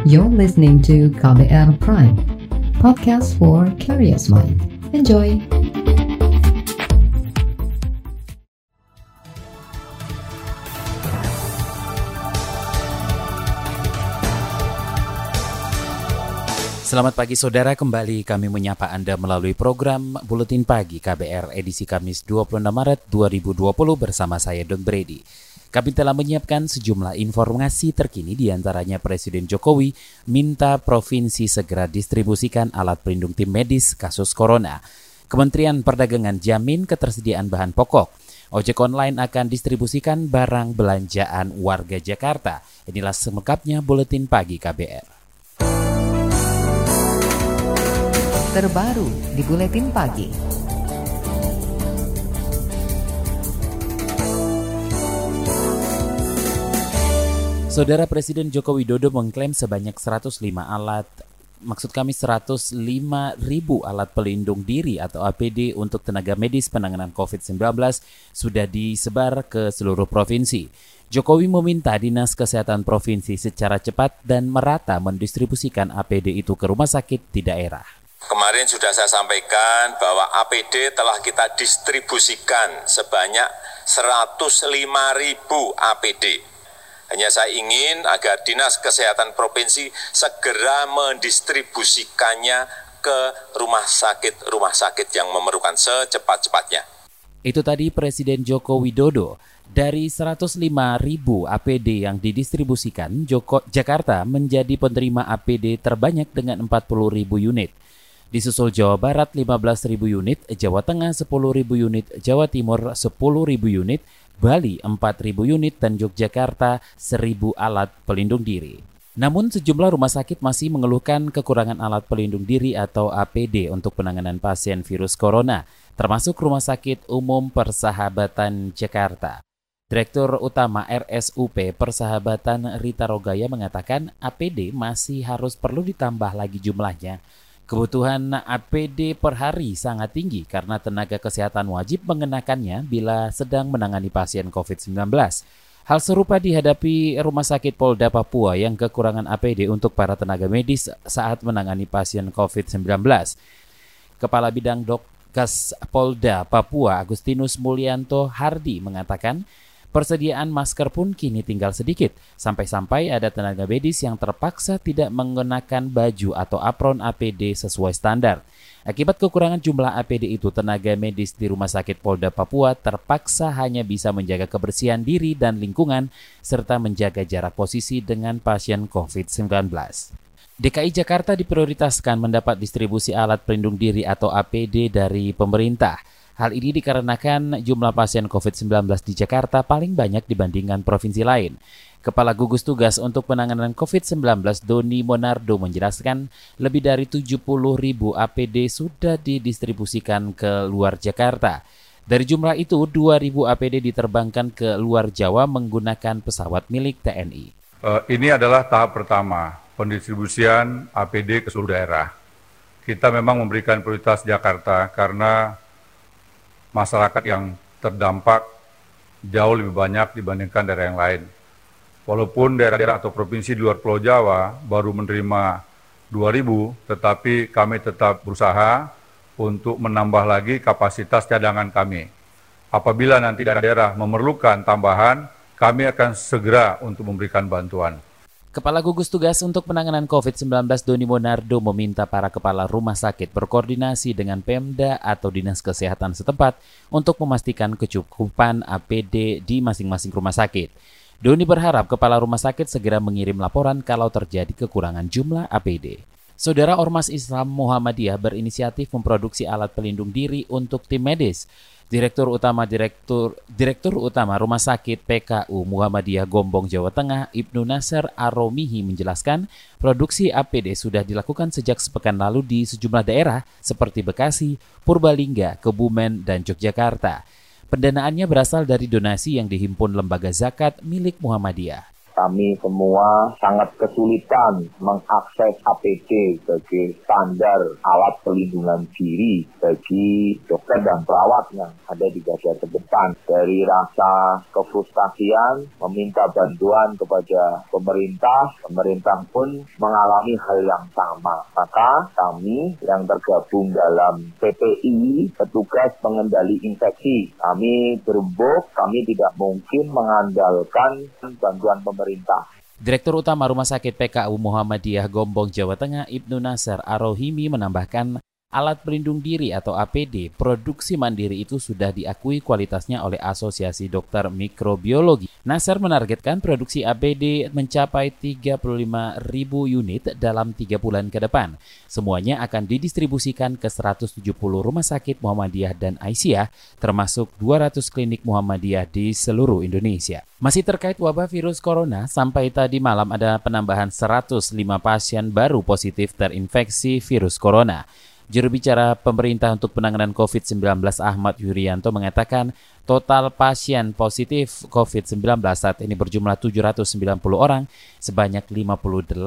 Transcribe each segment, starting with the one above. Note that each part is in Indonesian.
You're listening to KBR Prime, podcast for curious mind. Enjoy! Selamat pagi saudara, kembali kami menyapa Anda melalui program Buletin Pagi KBR edisi Kamis 26 Maret 2020 bersama saya Don Brady. Kami telah menyiapkan sejumlah informasi terkini, diantaranya Presiden Jokowi minta provinsi segera distribusikan alat pelindung tim medis kasus corona. Kementerian Perdagangan jamin ketersediaan bahan pokok. Ojek online akan distribusikan barang belanjaan warga Jakarta. Inilah selengkapnya Buletin Pagi KBR. Terbaru di Buletin Pagi. Saudara, Presiden Joko Widodo mengklaim sebanyak 105 ribu alat pelindung diri atau APD untuk tenaga medis penanganan COVID-19 sudah disebar ke seluruh provinsi. Jokowi meminta Dinas Kesehatan Provinsi secara cepat dan merata mendistribusikan APD itu ke rumah sakit di daerah. Kemarin sudah saya sampaikan bahwa APD telah kita distribusikan sebanyak 105.000 APD. Hanya saya ingin agar Dinas Kesehatan Provinsi segera mendistribusikannya ke rumah sakit yang memerlukan secepat-cepatnya. Itu tadi Presiden Joko Widodo. Dari 105.000 APD yang didistribusikan, Jakarta menjadi penerima APD terbanyak dengan 40.000 unit. Disusul Jawa Barat 15.000 unit, Jawa Tengah 10.000 unit, Jawa Timur 10.000 unit, Bali 4.000 unit, dan Yogyakarta 1.000 alat pelindung diri. Namun sejumlah rumah sakit masih mengeluhkan kekurangan alat pelindung diri atau APD untuk penanganan pasien virus corona, termasuk Rumah Sakit Umum Persahabatan Jakarta. Direktur Utama RSUP Persahabatan Rita Rogaya mengatakan APD masih perlu ditambah lagi jumlahnya. Kebutuhan APD per hari sangat tinggi karena tenaga kesehatan wajib mengenakannya bila sedang menangani pasien COVID-19. Hal serupa dihadapi Rumah Sakit Polda Papua yang kekurangan APD untuk para tenaga medis saat menangani pasien COVID-19. Kepala Bidang Dokes Polda Papua Agustinus Mulyanto Hardi mengatakan, persediaan masker pun kini tinggal sedikit, sampai-sampai ada tenaga medis yang terpaksa tidak mengenakan baju atau apron APD sesuai standar. Akibat kekurangan jumlah APD itu, tenaga medis di Rumah Sakit Polda Papua terpaksa hanya bisa menjaga kebersihan diri dan lingkungan, serta menjaga jarak posisi dengan pasien COVID-19. DKI Jakarta diprioritaskan mendapat distribusi alat pelindung diri atau APD dari pemerintah. Hal ini dikarenakan jumlah pasien COVID-19 di Jakarta paling banyak dibandingkan provinsi lain. Kepala Gugus Tugas untuk Penanganan COVID-19 Doni Monardo menjelaskan lebih dari 70.000 APD sudah didistribusikan ke luar Jakarta. Dari jumlah itu, 2.000 APD diterbangkan ke luar Jawa menggunakan pesawat milik TNI. Ini adalah tahap pertama, pendistribusian APD ke seluruh daerah. Kita memang memberikan prioritas Jakarta karena masyarakat yang terdampak jauh lebih banyak dibandingkan daerah yang lain. Walaupun daerah-daerah atau provinsi di luar Pulau Jawa baru menerima 2.000, tetapi kami tetap berusaha untuk menambah lagi kapasitas cadangan kami. Apabila nanti daerah-daerah memerlukan tambahan, kami akan segera untuk memberikan bantuan. Kepala Gugus Tugas untuk Penanganan COVID-19 Doni Monardo meminta para kepala rumah sakit berkoordinasi dengan Pemda atau Dinas Kesehatan setempat untuk memastikan kecukupan APD di masing-masing rumah sakit. Doni berharap kepala rumah sakit segera mengirim laporan kalau terjadi kekurangan jumlah APD. Saudara, Ormas Islam Muhammadiyah berinisiatif memproduksi alat pelindung diri untuk tim medis. Direktur Utama Rumah Sakit PKU Muhammadiyah Gombong, Jawa Tengah, Ibnu Nasr Aromihi menjelaskan, produksi APD sudah dilakukan sejak sepekan lalu di sejumlah daerah seperti Bekasi, Purbalingga, Kebumen, dan Yogyakarta. Pendanaannya berasal dari donasi yang dihimpun lembaga zakat milik Muhammadiyah. kami semua sangat kesulitan mengakses APD sebagai standar alat pelindungan diri bagi dokter dan perawat yang ada di garda terdepan. Dari rasa kefrustasian meminta bantuan kepada pemerintah pun mengalami hal yang sama. Maka kami yang tergabung dalam PPI, petugas pengendali infeksi, kami berembuk, kami tidak mungkin mengandalkan bantuan pemerintah. Direktur Utama Rumah Sakit PKU Muhammadiyah Gombong, Jawa Tengah, Ibnu Nasar Ar-Rohimi menambahkan, alat pelindung diri atau APD produksi mandiri itu sudah diakui kualitasnya oleh Asosiasi Dokter Mikrobiologi. Nasar menargetkan produksi APD mencapai 35.000 unit dalam 3 bulan ke depan. Semuanya akan didistribusikan ke 170 rumah sakit Muhammadiyah dan Aisyah, termasuk 200 klinik Muhammadiyah di seluruh Indonesia. Masih terkait wabah virus corona, sampai tadi malam ada penambahan 105 pasien baru positif terinfeksi virus corona. Juru bicara pemerintah untuk penanganan COVID-19 Ahmad Yuryanto mengatakan total pasien positif COVID-19 saat ini berjumlah 790 orang, sebanyak 58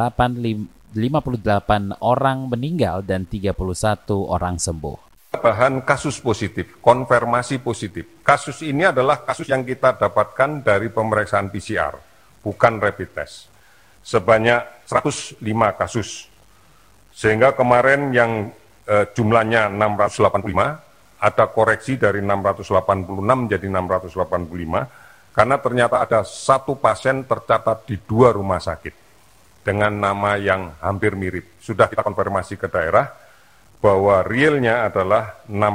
orang meninggal dan 31 orang sembuh. Bahan kasus positif, konfirmasi positif. Kasus ini adalah kasus yang kita dapatkan dari pemeriksaan PCR, bukan rapid test. Sebanyak 105 kasus. Sehingga kemarin yang jumlahnya 685, ada koreksi dari 686 menjadi 685, karena ternyata ada 1 pasien tercatat di 2 rumah sakit dengan nama yang hampir mirip. Sudah kita konfirmasi ke daerah bahwa realnya adalah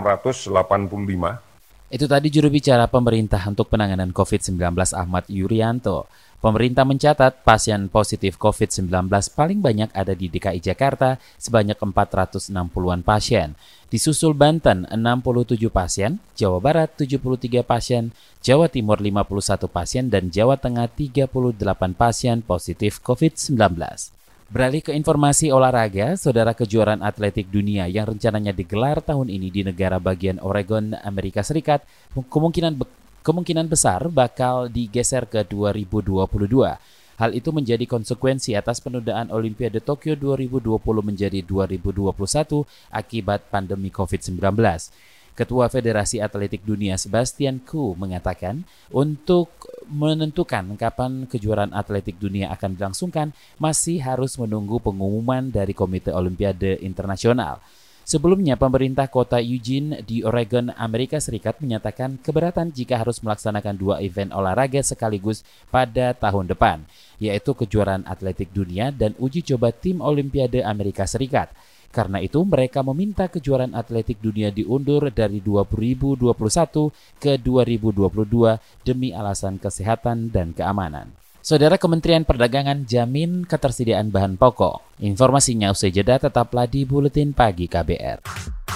685. Itu tadi juru bicara pemerintah untuk penanganan COVID-19 Ahmad Yuryanto. Pemerintah mencatat pasien positif COVID-19 paling banyak ada di DKI Jakarta sebanyak 460-an pasien. Disusul Banten 67 pasien, Jawa Barat 73 pasien, Jawa Timur 51 pasien, dan Jawa Tengah 38 pasien positif COVID-19. Beralih ke informasi olahraga, saudara, kejuaraan atletik dunia yang rencananya digelar tahun ini di negara bagian Oregon, Amerika Serikat, kemungkinan besar bakal digeser ke 2022. Hal itu menjadi konsekuensi atas penundaan Olimpiade Tokyo 2020 menjadi 2021 akibat pandemi COVID-19. Ketua Federasi Atletik Dunia Sebastian Coe mengatakan untuk menentukan kapan kejuaraan atletik dunia akan dilangsungkan masih harus menunggu pengumuman dari Komite Olimpiade Internasional. Sebelumnya, pemerintah kota Eugene di Oregon, Amerika Serikat menyatakan keberatan jika harus melaksanakan 2 event olahraga sekaligus pada tahun depan, yaitu kejuaraan atletik dunia dan uji coba tim Olimpiade Amerika Serikat. Karena itu, mereka meminta kejuaraan atletik dunia diundur dari 2021 ke 2022 demi alasan kesehatan dan keamanan. Saudara, Kementerian Perdagangan jamin ketersediaan bahan pokok. Informasinya usai jeda, tetaplah di Buletin Pagi KBR.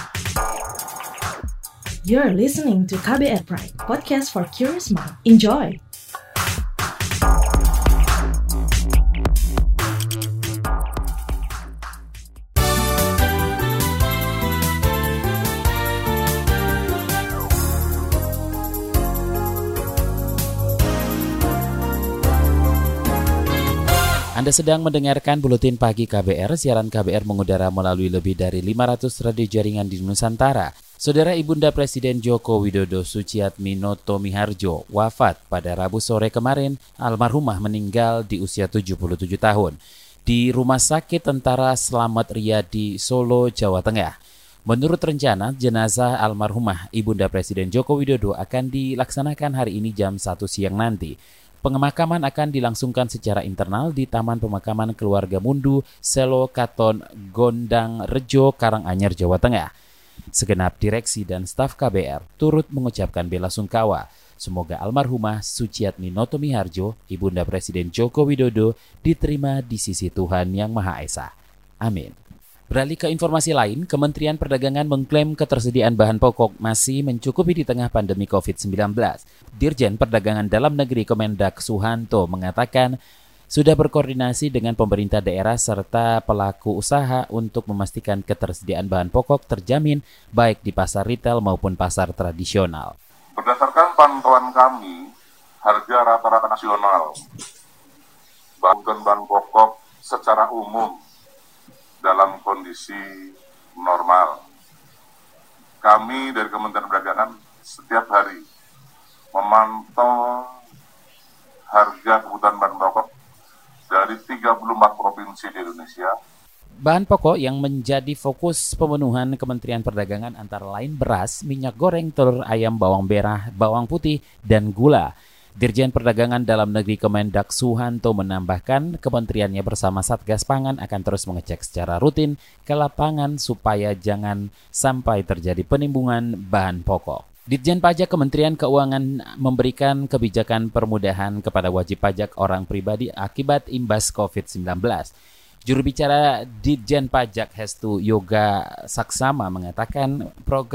You're listening to KBR Pride, podcast for curious mind. Enjoy! Anda sedang mendengarkan Buletin Pagi KBR, siaran KBR mengudara melalui lebih dari 500 radio jaringan di Nusantara. Saudara, Ibunda Presiden Joko Widodo Suciatmi Noto Miharjo wafat pada Rabu sore kemarin. Almarhumah meninggal di usia 77 tahun di Rumah Sakit Tentara Slamet Riyadi, Solo, Jawa Tengah. Menurut rencana, jenazah almarhumah Ibunda Presiden Joko Widodo akan dilaksanakan hari ini jam 1 siang nanti. Pemakaman akan dilangsungkan secara internal di Taman Pemakaman Keluarga Mundu, Selo Katon, Gondang Rejo, Karanganyar, Jawa Tengah. Segenap direksi dan staf KBR turut mengucapkan bela sungkawa. Semoga almarhumah Suciatmi Noto Miharjo, Ibunda Presiden Joko Widodo, diterima di sisi Tuhan Yang Maha Esa. Amin. Beralih ke informasi lain, Kementerian Perdagangan mengklaim ketersediaan bahan pokok masih mencukupi di tengah pandemi COVID-19. Dirjen Perdagangan Dalam Negeri Kemendak Suhanto mengatakan sudah berkoordinasi dengan pemerintah daerah serta pelaku usaha untuk memastikan ketersediaan bahan pokok terjamin baik di pasar retail maupun pasar tradisional. Berdasarkan pantauan kami, harga rata-rata nasional kebutuhan bahan pokok secara umum dalam kondisi normal. Kami dari Kementerian Perdagangan setiap hari memantau harga kebutuhan bahan pokok dari 34 provinsi di Indonesia. Bahan pokok yang menjadi fokus pemenuhan Kementerian Perdagangan antara lain beras, minyak goreng, telur ayam, bawang merah, bawang putih, dan gula. Dirjen Perdagangan Dalam Negeri Kemendak Suhanto menambahkan kementeriannya bersama Satgas Pangan akan terus mengecek secara rutin ke lapangan supaya jangan sampai terjadi penimbunan bahan pokok. Ditjen Pajak Kementerian Keuangan memberikan kebijakan permudahan kepada wajib pajak orang pribadi akibat imbas COVID-19. Juru bicara Ditjen Pajak Hestu Yoga Saksama mengatakan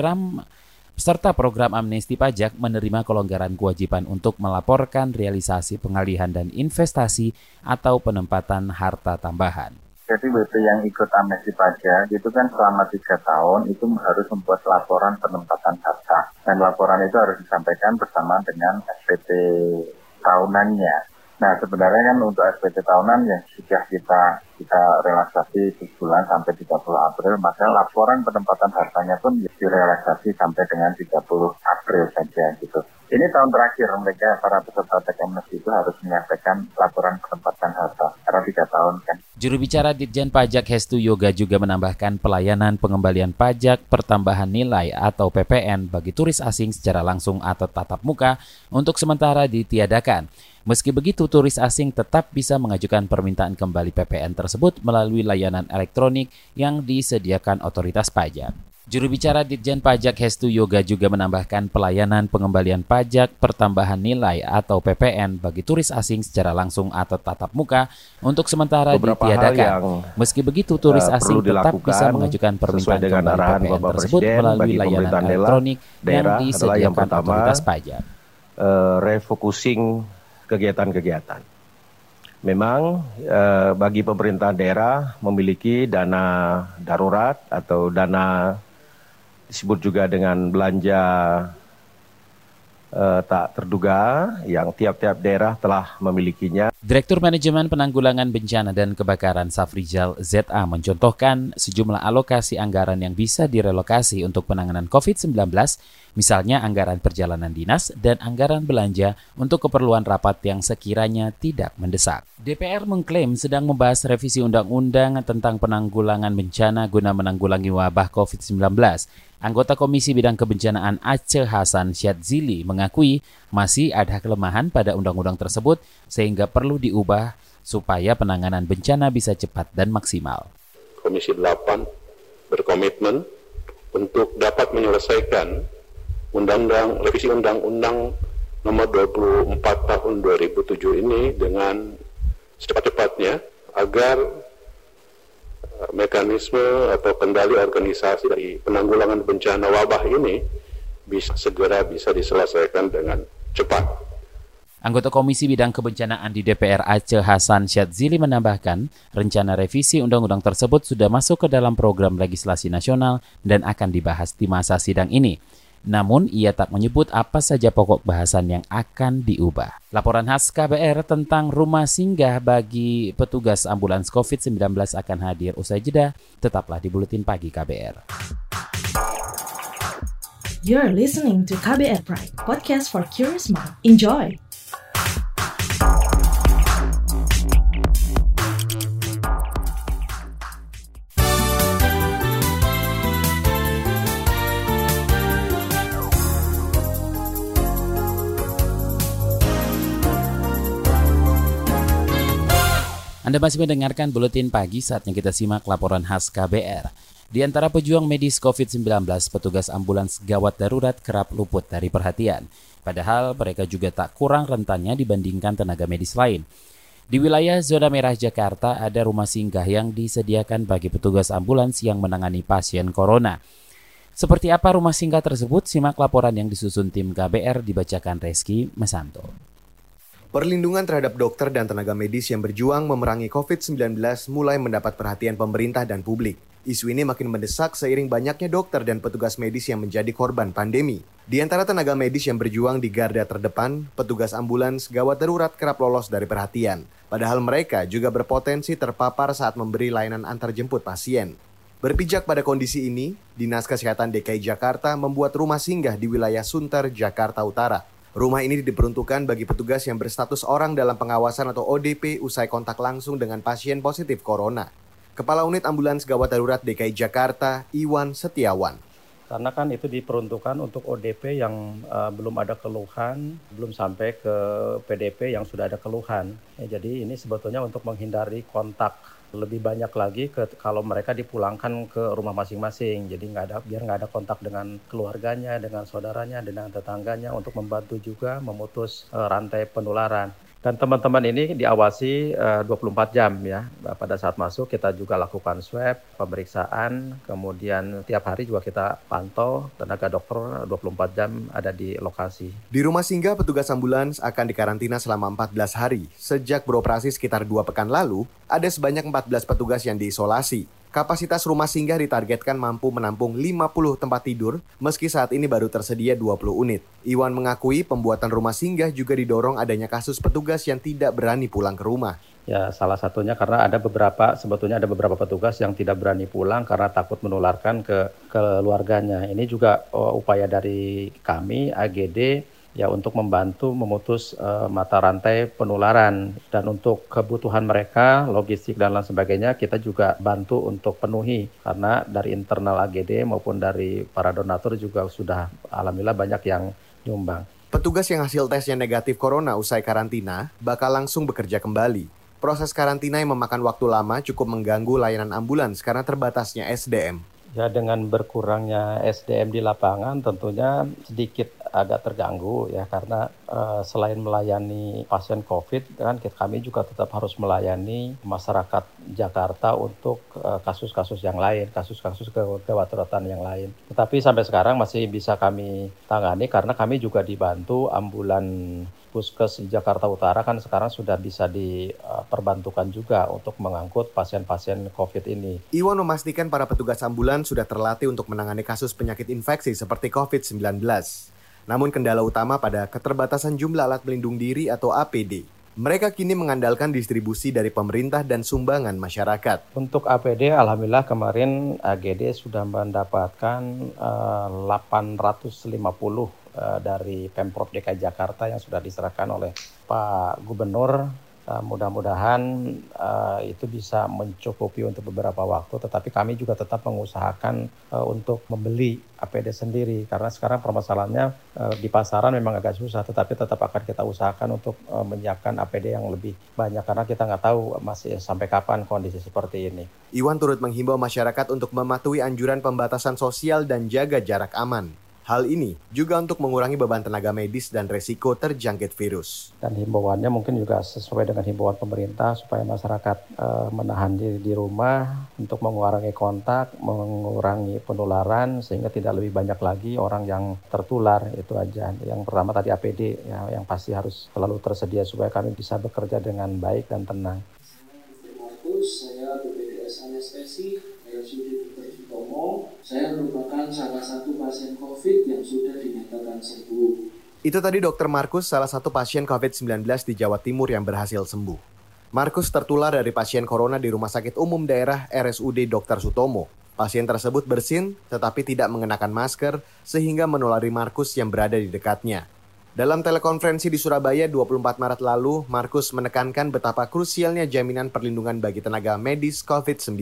peserta program amnesti pajak menerima kelonggaran kewajiban untuk melaporkan realisasi pengalihan dan investasi atau penempatan harta tambahan. Jadi BP yang ikut amnesti pajak itu kan selama 3 tahun itu harus membuat laporan penempatan harta. Dan laporan itu harus disampaikan bersama dengan SPT tahunannya. Nah sebenarnya kan untuk SPT tahunan yang sudah kita relaksasi 7 bulan sampai 30 April, maka laporan penempatan hartanya pun direlaksasi sampai dengan 30 April saja gitu. Ini tahun terakhir mereka para peserta teks amnesti itu harus menyampaikan laporan penempatan harta karena 3 tahun kan. Juru bicara Ditjen Pajak Hestu Yoga juga menambahkan pelayanan pengembalian pajak pertambahan nilai atau PPN bagi turis asing secara langsung atau tatap muka untuk sementara ditiadakan. Meski begitu, turis asing tetap bisa mengajukan permintaan kembali PPN tersebut melalui layanan elektronik yang disediakan otoritas pajak. Juru bicara Ditjen Pajak Hestu Yoga juga menambahkan pelayanan pengembalian pajak pertambahan nilai atau PPN bagi turis asing secara langsung atau tatap muka untuk sementara ditiadakan. Meski begitu, turis asing tetap bisa mengajukan permintaan kembali PPN tersebut melalui layanan elektronik yang disediakan otoritas pajak. Refocusing kegiatan-kegiatan. Memang bagi pemerintahan daerah memiliki dana darurat atau dana disebut juga dengan belanja tak terduga yang tiap-tiap daerah telah memilikinya. Direktur Manajemen Penanggulangan Bencana dan Kebakaran Safrizal ZA mencontohkan sejumlah alokasi anggaran yang bisa direlokasi untuk penanganan COVID-19, misalnya anggaran perjalanan dinas dan anggaran belanja untuk keperluan rapat yang sekiranya tidak mendesak. DPR mengklaim sedang membahas revisi undang-undang tentang penanggulangan bencana guna menanggulangi wabah COVID-19. Anggota Komisi Bidang Kebencanaan Aceh Hasan Syadzili mengakui masih ada kelemahan pada undang-undang tersebut sehingga perlu diubah supaya penanganan bencana bisa cepat dan maksimal. Komisi 8 berkomitmen untuk dapat menyelesaikan revisi Undang-Undang Nomor 24 Tahun 2007 ini dengan secepat-cepatnya agar mekanisme atau kendali organisasi dari penanggulangan bencana wabah ini bisa diselesaikan dengan cepat. Anggota Komisi Bidang Kebencanaan di DPR Aceh Hasan Syadzili menambahkan, rencana revisi undang-undang tersebut sudah masuk ke dalam program legislasi nasional dan akan dibahas di masa sidang ini. Namun, ia tak menyebut apa saja pokok bahasan yang akan diubah. Laporan khas KBR tentang rumah singgah bagi petugas ambulans COVID-19 akan hadir usai jeda. Tetaplah di Buletin Pagi KBR. You're listening to KBR Pride, podcast for curious mind. Enjoy! Anda masih mendengarkan Buletin Pagi, saatnya kita simak laporan khas KBR. Di antara pejuang medis COVID-19, petugas ambulans gawat darurat kerap luput dari perhatian. Padahal mereka juga tak kurang rentannya dibandingkan tenaga medis lain. Di wilayah zona merah Jakarta ada rumah singgah yang disediakan bagi petugas ambulans yang menangani pasien corona. Seperti apa rumah singgah tersebut? Simak laporan yang disusun tim KBR dibacakan Reski Mesanto. Perlindungan terhadap dokter dan tenaga medis yang berjuang memerangi COVID-19 mulai mendapat perhatian pemerintah dan publik. Isu ini makin mendesak seiring banyaknya dokter dan petugas medis yang menjadi korban pandemi. Di antara tenaga medis yang berjuang di garda terdepan, petugas ambulans gawat darurat kerap lolos dari perhatian. Padahal mereka juga berpotensi terpapar saat memberi layanan antarjemput pasien. Berpijak pada kondisi ini, Dinas Kesehatan DKI Jakarta membuat rumah singgah di wilayah Sunter, Jakarta Utara. Rumah ini diperuntukkan bagi petugas yang berstatus orang dalam pengawasan atau ODP usai kontak langsung dengan pasien positif corona. Kepala Unit Ambulans Gawat Darurat DKI Jakarta, Iwan Setiawan. Karena kan itu diperuntukkan untuk ODP yang belum ada keluhan, belum sampai ke PDP yang sudah ada keluhan. Jadi ini sebetulnya untuk menghindari kontak lebih banyak lagi kalau mereka dipulangkan ke rumah masing-masing. Jadi biar nggak ada kontak dengan keluarganya, dengan saudaranya, dengan tetangganya untuk membantu juga memutus rantai penularan. Dan teman-teman ini diawasi 24 jam ya. Pada saat masuk kita juga lakukan swab, pemeriksaan, kemudian tiap hari juga kita pantau, tenaga dokter 24 jam ada di lokasi. Di rumah singgah, petugas ambulans akan dikarantina selama 14 hari. Sejak beroperasi sekitar 2 pekan lalu, ada sebanyak 14 petugas yang diisolasi. Kapasitas rumah singgah ditargetkan mampu menampung 50 tempat tidur, meski saat ini baru tersedia 20 unit. Iwan mengakui pembuatan rumah singgah juga didorong adanya kasus petugas yang tidak berani pulang ke rumah. Ya, salah satunya karena sebetulnya ada beberapa petugas yang tidak berani pulang karena takut menularkan ke keluarganya. Ini juga upaya dari kami, AGD, ya untuk membantu memutus mata rantai penularan, dan untuk kebutuhan mereka, logistik dan lain sebagainya kita juga bantu untuk penuhi, karena dari internal AGD maupun dari para donatur juga sudah alhamdulillah banyak yang nyumbang. Petugas yang hasil tesnya negatif corona usai karantina bakal langsung bekerja kembali. Proses karantina yang memakan waktu lama cukup mengganggu layanan ambulans karena terbatasnya SDM. Ya, dengan berkurangnya SDM di lapangan tentunya sedikit agak terganggu ya, karena selain melayani pasien COVID kan kami juga tetap harus melayani masyarakat Jakarta untuk kasus-kasus yang lain, kasus-kasus kedaruratan yang lain. Tetapi sampai sekarang masih bisa kami tangani karena kami juga dibantu ambulan Puskes di Jakarta Utara kan sekarang sudah bisa diperbantukan juga untuk mengangkut pasien-pasien COVID ini. Iwan memastikan para petugas ambulans sudah terlatih untuk menangani kasus penyakit infeksi seperti COVID-19. Namun kendala utama pada keterbatasan jumlah alat pelindung diri atau APD. Mereka kini mengandalkan distribusi dari pemerintah dan sumbangan masyarakat. Untuk APD, alhamdulillah kemarin AGD sudah mendapatkan 850 dari Pemprov DKI Jakarta yang sudah diserahkan oleh Pak Gubernur. Mudah-mudahan itu bisa mencukupi untuk beberapa waktu, tetapi kami juga tetap mengusahakan untuk membeli APD sendiri, karena sekarang permasalahannya di pasaran memang agak susah, tetapi tetap akan kita usahakan untuk menyiapkan APD yang lebih banyak, karena kita nggak tahu masih sampai kapan kondisi seperti ini. Iwan turut menghimbau masyarakat untuk mematuhi anjuran pembatasan sosial dan jaga jarak aman. Hal ini juga untuk mengurangi beban tenaga medis dan resiko terjangkit virus. Dan himbauannya mungkin juga sesuai dengan himbauan pemerintah supaya masyarakat menahan diri di rumah untuk mengurangi kontak, mengurangi penularan sehingga tidak lebih banyak lagi orang yang tertular. Itu aja. Yang pertama tadi APD ya, yang pasti harus selalu tersedia supaya kami bisa bekerja dengan baik dan tenang. Saya BPDS Anestesi RSUD Dr. Sutomo. Saya merupakan salah satu pasien COVID yang sudah dinyatakan sembuh. Itu tadi Dr. Markus, salah satu pasien COVID-19 di Jawa Timur yang berhasil sembuh. Markus tertular dari pasien corona di Rumah Sakit Umum Daerah RSUD Dr. Sutomo. Pasien tersebut bersin tetapi tidak mengenakan masker sehingga menulari Markus yang berada di dekatnya. Dalam telekonferensi di Surabaya 24 Maret lalu, Markus menekankan betapa krusialnya jaminan perlindungan bagi tenaga medis COVID-19.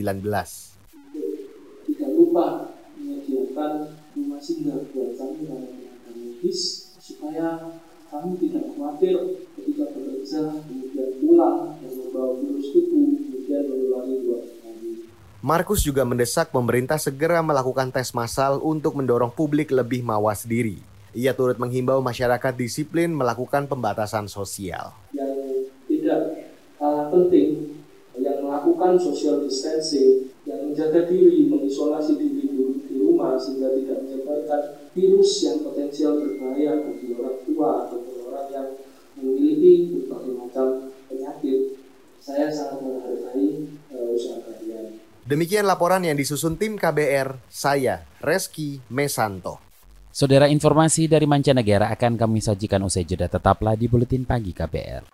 Tidak lupa menyediakan rumah singgah buat kami para tenaga medis supaya kami tidak khawatir ketika bekerja, kemudian pulang dan membawa virus itu, kemudian menulari buat kami. Markus juga mendesak pemerintah segera melakukan tes massal untuk mendorong publik lebih mawas diri. Ia turut menghimbau masyarakat disiplin melakukan pembatasan sosial. Yang tidak kalah penting, yang melakukan social distancing, yang menjaga diri, mengisolasi diri di rumah sehingga tidak menyebarkan virus yang potensial berbahaya bagi orang tua ataupun orang yang memiliki berbagai macam penyakit. Saya sangat menghargai usaha kalian. Demikian laporan yang disusun tim KBR, saya Reski Mesanto. Saudara, informasi dari mancanegara akan kami sajikan usai jeda. Tetaplah di Buletin Pagi KBR.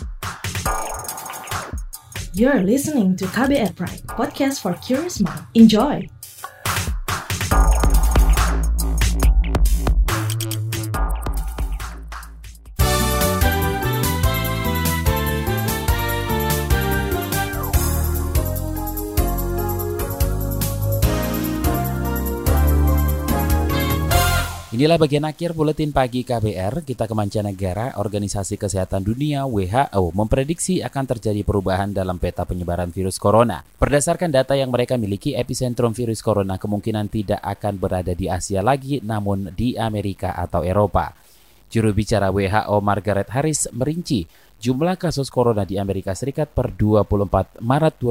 You're listening to KBR Pride, podcast for curious mind. Enjoy! Inilah bagian akhir Buletin Pagi KBR. Kita ke mancanegara. Organisasi Kesehatan Dunia WHO memprediksi akan terjadi perubahan dalam peta penyebaran virus corona. Berdasarkan data yang mereka miliki, epicentrum virus corona kemungkinan tidak akan berada di Asia lagi, namun di Amerika atau Eropa. Juru bicara WHO Margaret Harris merinci jumlah kasus corona di Amerika Serikat per 24 Maret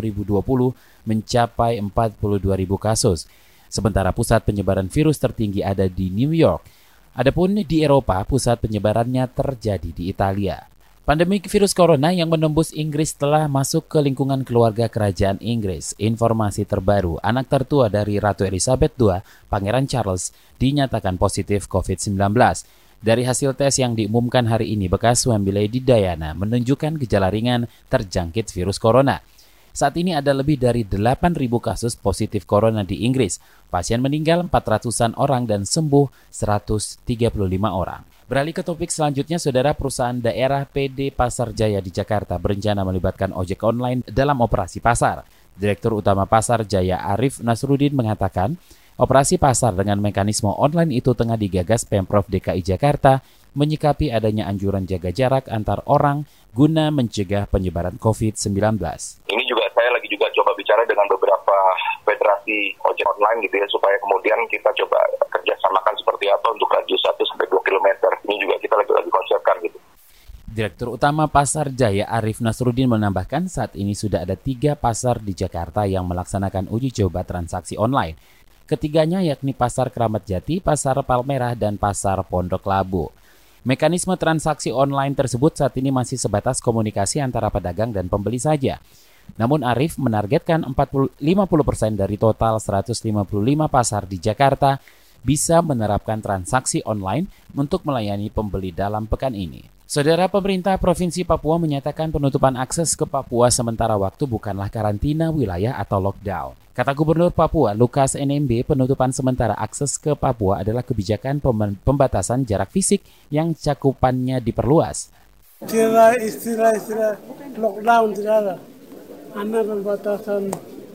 2020 mencapai 42.000 kasus. Sementara pusat penyebaran virus tertinggi ada di New York. Adapun di Eropa, pusat penyebarannya terjadi di Italia. Pandemi virus corona yang menembus Inggris telah masuk ke lingkungan keluarga kerajaan Inggris. Informasi terbaru, anak tertua dari Ratu Elizabeth II, Pangeran Charles, dinyatakan positif COVID-19. Dari hasil tes yang diumumkan hari ini, bekas suami Lady Diana menunjukkan gejala ringan terjangkit virus corona. Saat ini ada lebih dari 8.000 kasus positif corona di Inggris. Pasien meninggal 400-an orang dan sembuh 135 orang. Beralih ke topik selanjutnya, saudara, perusahaan daerah PD Pasar Jaya di Jakarta berencana melibatkan ojek online dalam operasi pasar. Direktur Utama Pasar Jaya Arif Nasruddin mengatakan, operasi pasar dengan mekanisme online itu tengah digagas Pemprov DKI Jakarta menyikapi adanya anjuran jaga jarak antar orang guna mencegah penyebaran COVID-19. Ini juga saya lagi coba bicara dengan beberapa federasi ojek online gitu ya, supaya kemudian kita coba kerjasamakan seperti apa untuk radius 1-2 km. Ini juga kita lagi konsepkan gitu. Direktur Utama Pasar Jaya Arif Nasruddin menambahkan saat ini sudah ada 3 pasar di Jakarta yang melaksanakan uji coba transaksi online. Ketiganya yakni Pasar Keramat Jati, Pasar Palmerah, dan Pasar Pondok Labu. Mekanisme transaksi online tersebut saat ini masih sebatas komunikasi antara pedagang dan pembeli saja. Namun Arif menargetkan 50% dari total 155 pasar di Jakarta bisa menerapkan transaksi online untuk melayani pembeli dalam pekan ini. Saudara, pemerintah Provinsi Papua menyatakan penutupan akses ke Papua sementara waktu bukanlah karantina wilayah atau lockdown. Kata Gubernur Papua Lukas NMB, penutupan sementara akses ke Papua adalah kebijakan pembatasan jarak fisik yang cakupannya diperluas. Tidak istilah lockdown tidak ada. Hanya pembatasan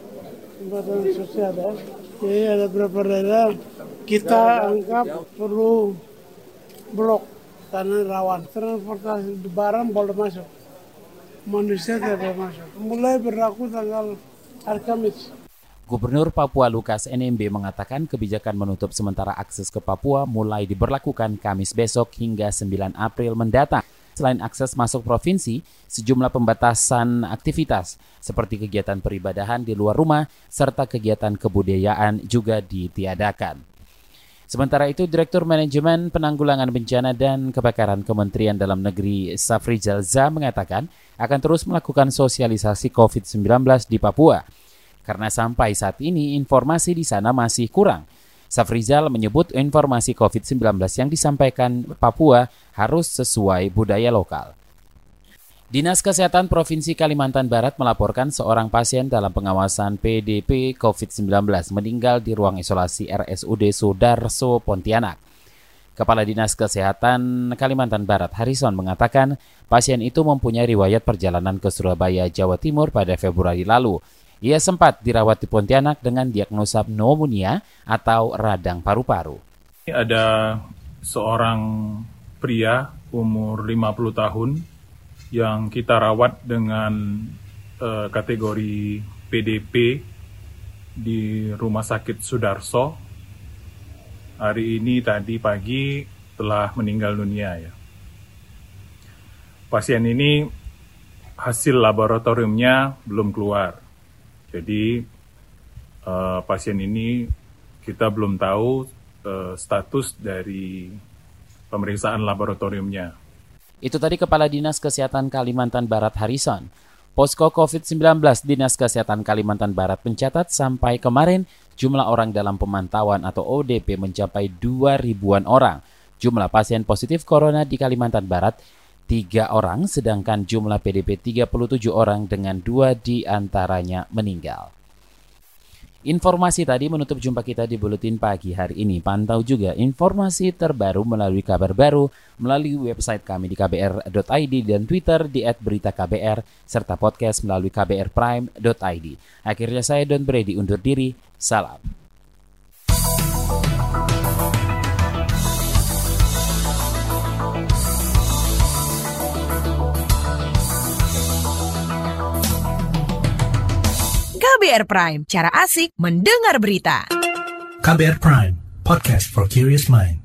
sosial ya. Jadi ada beberapa daerah kita anggap perlu blok karena rawan. Transportasi barang boleh masuk, manusia tidak boleh masuk. Mulai berlaku tanggal hari Kamis. Gubernur Papua Lukas NMB mengatakan kebijakan menutup sementara akses ke Papua mulai diberlakukan Kamis besok hingga 9 April mendatang. Selain akses masuk provinsi, sejumlah pembatasan aktivitas seperti kegiatan peribadahan di luar rumah serta kegiatan kebudayaan juga ditiadakan. Sementara itu, Direktur Manajemen Penanggulangan Bencana dan Kebakaran Kementerian Dalam Negeri Safrizal Za mengatakan akan terus melakukan sosialisasi COVID-19 di Papua. Karena sampai saat ini informasi di sana masih kurang. Safrizal menyebut informasi COVID-19 yang disampaikan Papua harus sesuai budaya lokal. Dinas Kesehatan Provinsi Kalimantan Barat melaporkan seorang pasien dalam pengawasan PDP COVID-19 meninggal di ruang isolasi RSUD Sudarso, Pontianak. Kepala Dinas Kesehatan Kalimantan Barat Harrison mengatakan pasien itu mempunyai riwayat perjalanan ke Surabaya, Jawa Timur pada Februari lalu. Ia sempat dirawat di Pontianak dengan diagnosa pneumonia atau radang paru-paru. Ada seorang pria umur 50 tahun yang kita rawat dengan kategori PDP di Rumah Sakit Sudarso. Hari ini tadi pagi telah meninggal dunia ya. Pasien ini hasil laboratoriumnya belum keluar. Jadi pasien ini kita belum tahu status dari pemeriksaan laboratoriumnya. Itu tadi Kepala Dinas Kesehatan Kalimantan Barat Harrison. Posko COVID-19 Dinas Kesehatan Kalimantan Barat mencatat sampai kemarin jumlah orang dalam pemantauan atau ODP mencapai 2.000-an orang. Jumlah pasien positif corona di Kalimantan Barat 3 orang, sedangkan jumlah PDP 37 orang dengan 2 diantaranya meninggal. Informasi tadi menutup jumpa kita di Buletin Pagi hari ini. Pantau juga informasi terbaru melalui kabar baru melalui website kami di kbr.id dan Twitter di @beritaKBR serta podcast melalui kbrprime.id. Akhirnya saya Don Brady undur diri. Salam. KBR Prime, cara asik mendengar berita. KBR Prime, podcast for curious mind.